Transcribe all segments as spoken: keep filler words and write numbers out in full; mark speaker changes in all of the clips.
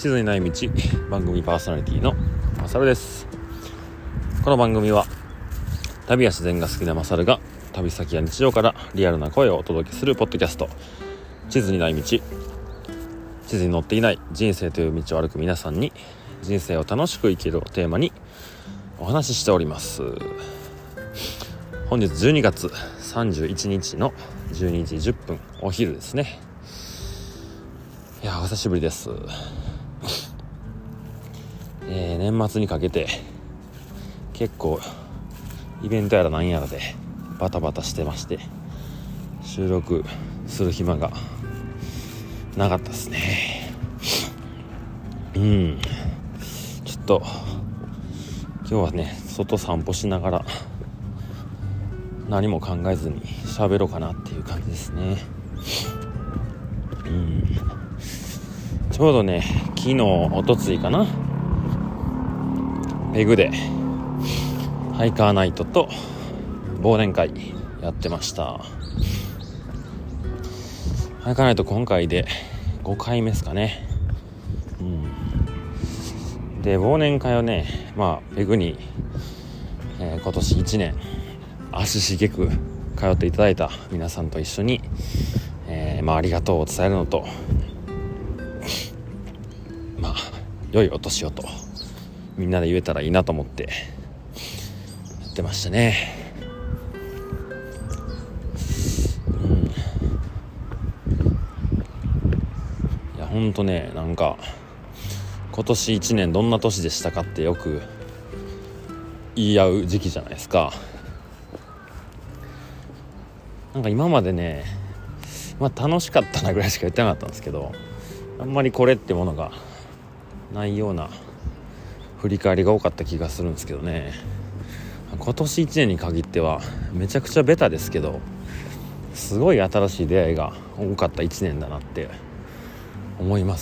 Speaker 1: 地図にない道、番組パーソナリティのマサルです。この番組は旅や自然が好きなマサルが旅先や日常からリアルな声をお届けするポッドキャスト、地図にない道。地図に載っていない人生という道を歩く皆さんに、人生を楽しく生きるをテーマにお話ししております。本日じゅうにがつさんじゅういちにちのじゅうにじじゅっぷん、お昼ですね。いやお久しぶりです。えー、年末にかけて結構イベントやらなんやらでバタバタしてまして、収録する暇がなかったですね。うんちょっと今日はね、外散歩しながら何も考えずに喋ろうかなっていう感じですね。うんちょうどね、昨日おとついかな、ペグでハイカーナイトと忘年会やってました。ハイカーナイト今回でごかいめですかね。うんで忘年会はね、まあペグに、えー、今年いちねん足しげく通っていただいた皆さんと一緒に、えーまあ、ありがとうを伝えるのと、まあ良いお年をとみんなで言えたらいいなと思ってやってましたね。うんいやほんとね、なんか今年いちねんどんな年でしたかってよく言い合う時期じゃないですか。なんか今までね、まあ楽しかったなぐらいしか言ってなかったんですけど、あんまりこれってものがないような振り返りが多かった気がするんですけどね。今年いちねんに限ってはめちゃくちゃベタですけど、すごい新しい出会いが多かったいちねんだなって思います。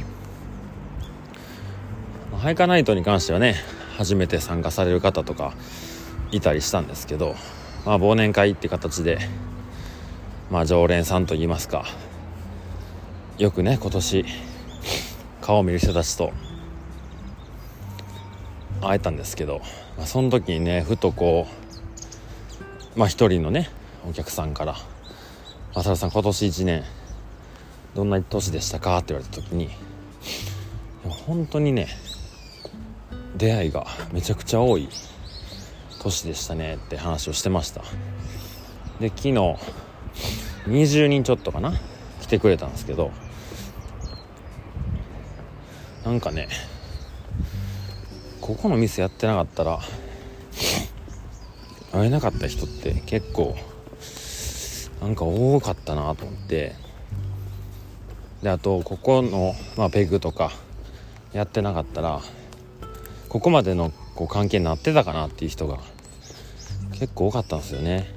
Speaker 1: ハイカーナイトに関してはね、初めて参加される方とかいたりしたんですけど、まあ忘年会って形で、まあ常連さんといいますか、よくね今年顔を見る人たちと会えたんですけど、まあ、その時にねふとこうまあ一人のねお客さんから「マサルさん今年いちねんどんな年でしたか?」って言われた時に、本当にね出会いがめちゃくちゃ多い年でしたねって話をしてました。で昨日にじゅうにんちょっとかな来てくれたんですけど、なんかねここの店やってなかったら会えなかった人って結構なんか多かったなと思って、であとここの、まあ、ペグとかやってなかったらここまでのこう関係になってたかなっていう人が結構多かったんですよね。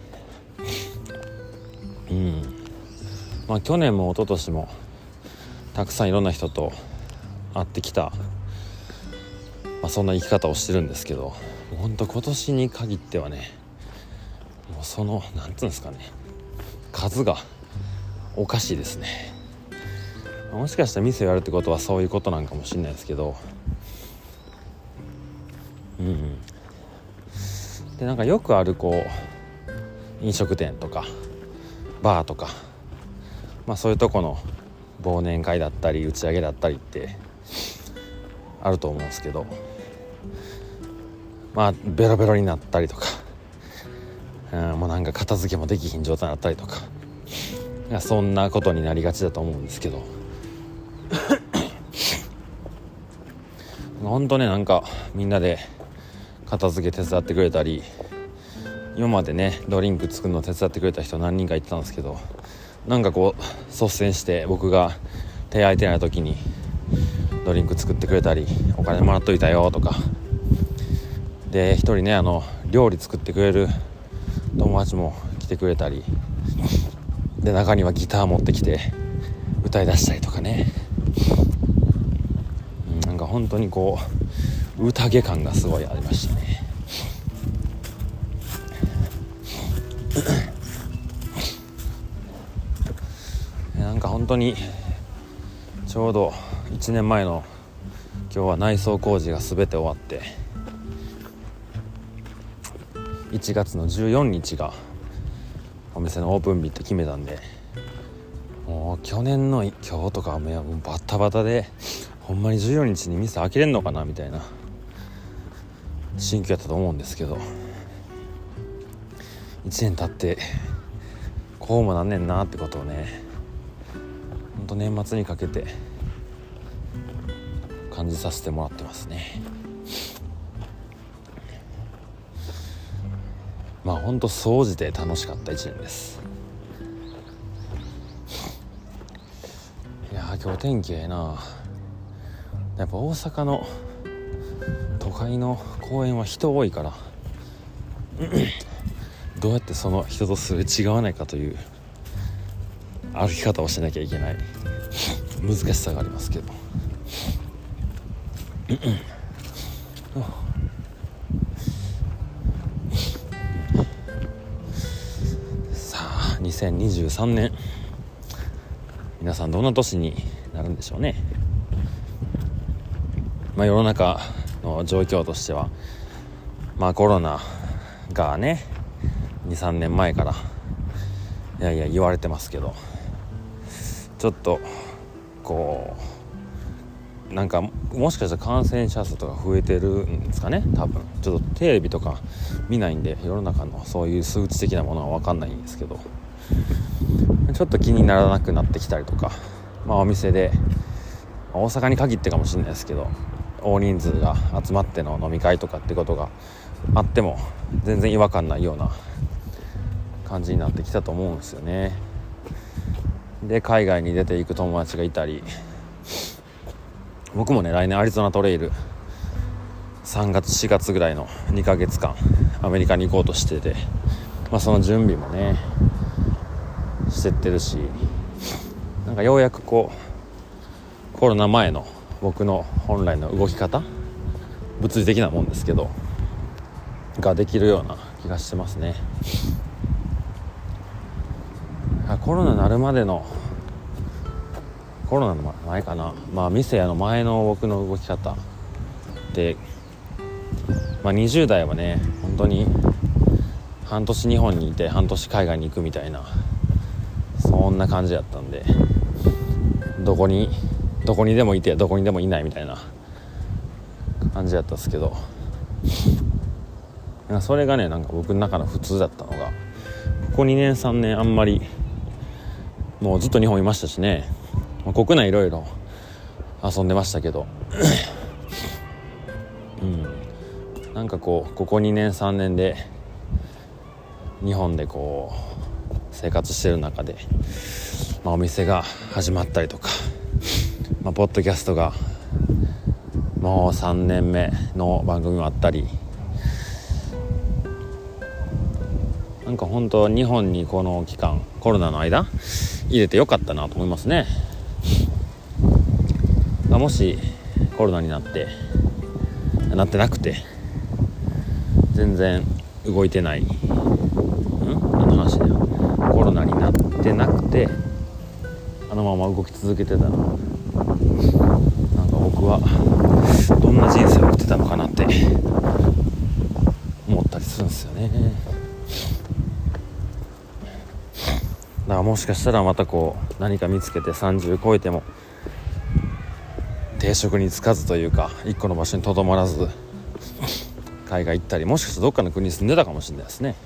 Speaker 1: うんまあ去年も一昨年もたくさんいろんな人と会ってきた、まあ、そんな生き方をしてるんですけど、本当今年に限ってはね、もうそのなんつうんですかね、数がおかしいですね。もしかしたら店をやるってことはそういうことなんかもしれないですけど、うんうんでなんかよくあるこう飲食店とかバーとか、まあそういうとこの忘年会だったり打ち上げだったりってあると思うんですけど、まあベロベロになったりとか、うん、もうなんか片付けもできひん状態になったりとか、いやそんなことになりがちだと思うんですけど本当ね、なんかみんなで片付け手伝ってくれたり、今までねドリンク作るの手伝ってくれた人何人かいてたんですけど、なんかこう率先して僕が手空いてない時にドリンク作ってくれたり、お金もらっといたよとかで、一人ねあの料理作ってくれる友達も来てくれたりで、中にはギター持ってきて歌い出したりとかね、なんか本当にこう宴感がすごいありましたね。なんか本当にちょうどいちねんまえの今日は内装工事が全て終わっていちがつのじゅうよっかがお店のオープン日って決めたんで、もう去年の今日とかはもうバタバタでほんまにじゅうよっかに店開けれんのかなみたいな心境やったと思うんですけど、いちねん経ってこうもなんねんなってことをね、ほんと年末にかけて感じさせてもらってますね。まあほんと総じて楽しかったいちねんです。いやー今日天気ええな。やっぱ大阪の都会の公園は人多いからどうやってその人とすれ違わないかという歩き方をしなきゃいけない難しさがありますけどさあにせんにじゅうさんねん、皆さんどんな年になるんでしょうね。まあ世の中の状況としては、まあコロナがね にさんねんまえからいやいや言われてますけど、ちょっとこうなんかもしかしたら感染者数とか増えてるんですかね。多分ちょっとテレビとか見ないんで世の中のそういう数値的なものは分かんないんですけど、ちょっと気にならなくなってきたりとか、まあお店で大阪に限ってかもしれないですけど大人数が集まっての飲み会とかってことがあっても全然違和感ないような感じになってきたと思うんですよね。で海外に出ていく友達がいたり、僕もね来年アリゾナトレイルさんがつしがつぐらいのにかげつかんアメリカに行こうとしてて、まあその準備もねしてってるし、なんかようやくこうコロナ前の僕の本来の動き方、物理的なもんですけどができるような気がしてますね。コロナになるまでのコロナの前かな、まあ店屋の前の僕の動き方で、まあにじゅう代はね本当に半年日本にいて半年海外に行くみたいなそんな感じだったんで、どこにどこにでもいてどこにでもいないみたいな感じだったんですけど、それがねなんか僕の中の普通だったのが、ここにねんさんねんあんまりもうずっと日本いましたしね、国内いろいろ遊んでましたけどうんなんかこうここにねんさんねんで日本でこう生活してる中で、まあ、お店が始まったりとか、まあ、ポッドキャストがもうさんねんめの番組もあったり、なんか本当日本にこの期間コロナの間入れてよかったなと思いますね。もしコロナになってなってなくて全然動いてないん何の話だよ、コロナになってなくてあのまま動き続けてたら、なんか僕はどんな人生を送ってたのかなって思ったりするんですよね。だからもしかしたらまたこう何か見つけてさんじゅう超えても定職に就かずというか一個の場所にとどまらず海外行ったり、もしかしたらどっかの国に住んでたかもしれないですね。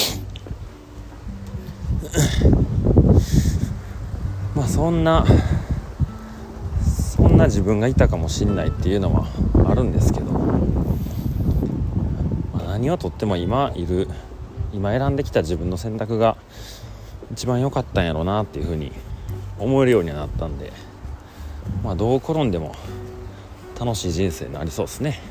Speaker 1: まあそんなそんな自分がいたかもしれないっていうのはあるんですけど、まあ、何をとっても今いる今選んできた自分の選択が一番良かったんやろうなっていうふうに思えるようにはなったんで、まあどう転んでも楽しい人生になりそうですね。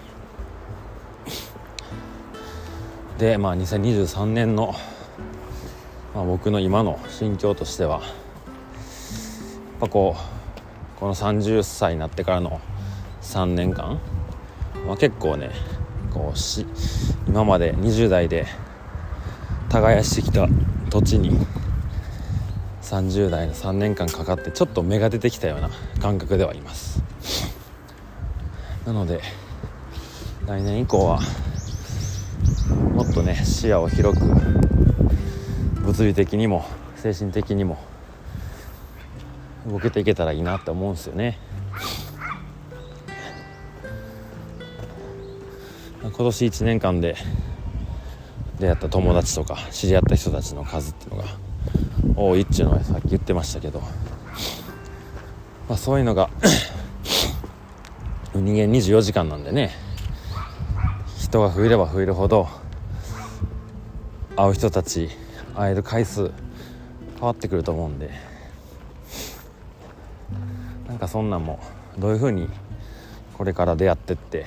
Speaker 1: でまあにせんにじゅうさんねんの、まあ、僕の今の心境としてはやっぱこうこのさんじゅっさいになってからのさんねんかんは結構ねこうし今までにじゅう代で耕してきた土地にさんじゅう代のさんねんかんかかってちょっと芽が出てきたような感覚ではあります。なので来年以降はもっとね視野を広く物理的にも精神的にも動けていけたらいいなって思うんですよね。今年いちねんかんで出会った友達とか知り合った人たちの数っていうのが多いっていうのはさっき言ってましたけど、まあ、そういうのが人間にじゅうよじかんなんでね、人が増えれば増えるほど会う人たち会える回数変わってくると思うんで、なんかそんなんもどういう風にこれから出会ってって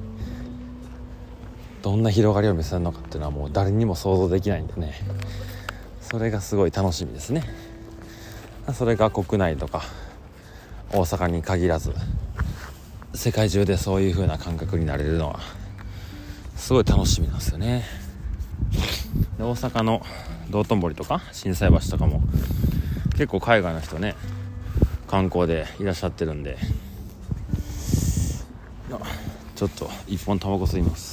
Speaker 1: どんな広がりを見せるのかっていうのはもう誰にも想像できないんでね、それがすごい楽しみですね。それが国内とか大阪に限らず世界中でそういう風な感覚になれるのはすごい楽しみなんですよね。で大阪の道頓堀とか心斎橋とかも結構海外の人ね観光でいらっしゃってるんで、ちょっと一本タバコ吸います。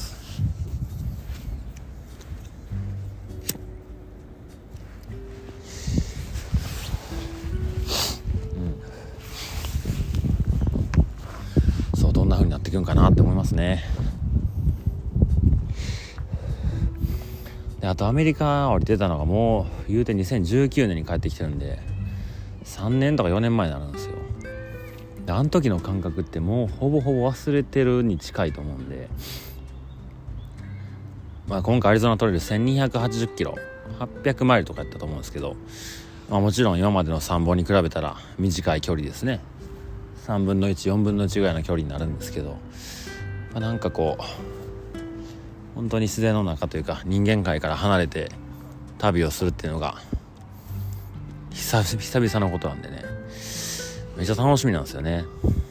Speaker 1: どんな風になっていくんかなって思いますね。であとアメリカ降りてたのがもう言うてにせんじゅうきゅうねんに帰ってきてるんでさんねんとかよねんまえになるんですよ。であの時の感覚ってもうほぼほぼ忘れてるに近いと思うんで、まあ、今回アリゾナトレイルせんにひゃくはちじゅっキロはっぴゃくマイルとかやったと思うんですけど、まあ、もちろん今までのさんぼんに比べたら短い距離ですね。さんぶんのいち、よんぶんのいちぐらいの距離になるんですけど、まあ、なんかこう本当に自然の中というか人間界から離れて旅をするっていうのが久々、久々のことなんでね、めっちゃ楽しみなんですよね。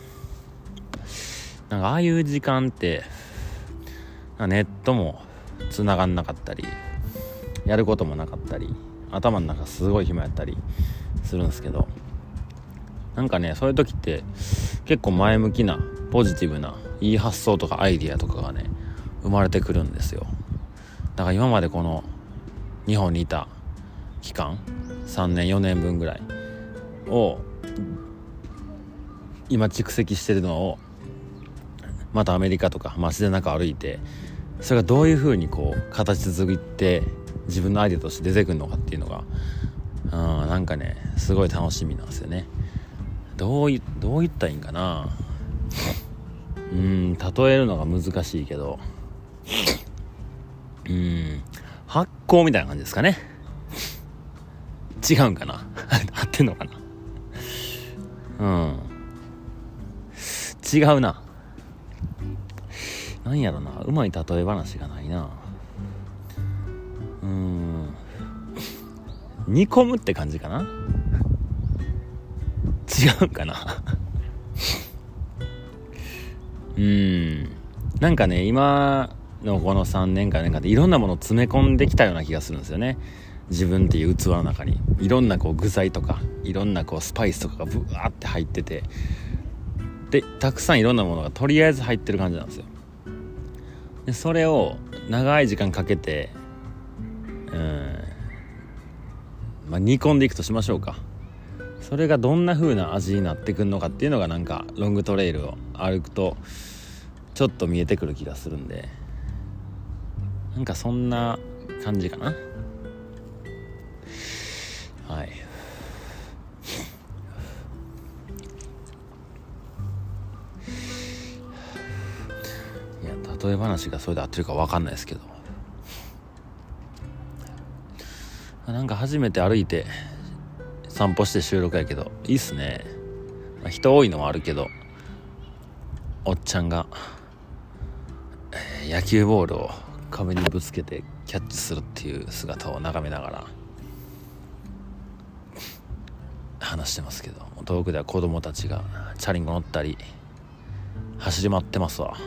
Speaker 1: なんかああいう時間ってネットも繋がんなかったりやることもなかったり頭の中すごい暇やったりするんですけど、なんかねそういう時って結構前向きなポジティブないい発想とかアイディアとかがね生まれてくるんですよ。だから今までこの日本にいた期間さんねんよねんぶんぐらいを今蓄積してるのをまたアメリカとか街で中歩いてそれがどういう風にこう形作って自分のアイデアとして出てくるのかっていうのがうんなんかねすごい楽しみなんですよね。どういどう言ったらいいんかな、うーん例えるのが難しいけどうーん発酵みたいな感じですかね。違うんかな合ってんのかな、うん違うな、なんやろな、うまい例え話がないな。うーん煮込むって感じかな、違うかなうーんなんかね今のこのさんねんかんねんかんでいろんなものを詰め込んできたような気がするんですよね。自分っていう器の中にいろんなこう具材とかいろんなこうスパイスとかがブワーって入ってて、でたくさんいろんなものがとりあえず入ってる感じなんですよ。でそれを長い時間かけてうーん、まあ、煮込んでいくとしましょうか。それがどんな風な味になってくるのかっていうのがなんかロングトレイルを歩くとちょっと見えてくる気がするんで、なんかそんな感じかな。はい。いや例え話がそれで合ってるか分かんないですけど、なんか初めて歩いて散歩して収録やけどいいっすね。人多いのはあるけどおっちゃんが、えー、野球ボールを壁にぶつけてキャッチするっていう姿を眺めながら話してますけど、遠くでは子供たちがチャリンコ乗ったり走り回ってますわ。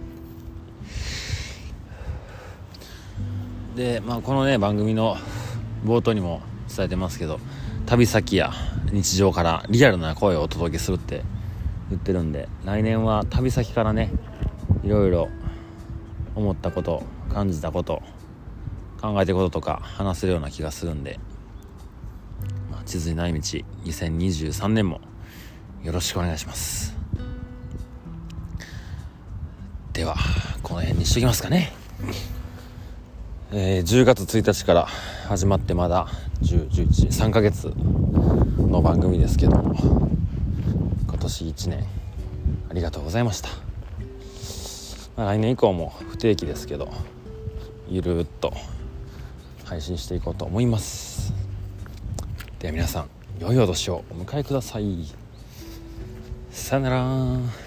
Speaker 1: で、まあ、このね番組の冒頭にも伝えてますけど、旅先や日常からリアルな声をお届けするって言ってるんで、来年は旅先からね、いろいろ思ったこと、感じたこと、考えてることとか話せるような気がするんで、まあ、地図にない道にせんにじゅうさんねんもよろしくお願いします。ではこの辺にしときますかね。えー、じゅうがつついたちから始まってまだじゅう、じゅういち、さんかげつの番組ですけども、今年いちねんありがとうございました。まあ、来年以降も不定期ですけどゆるっと配信していこうと思います。では皆さん、良いお年をお迎えください。さよなら。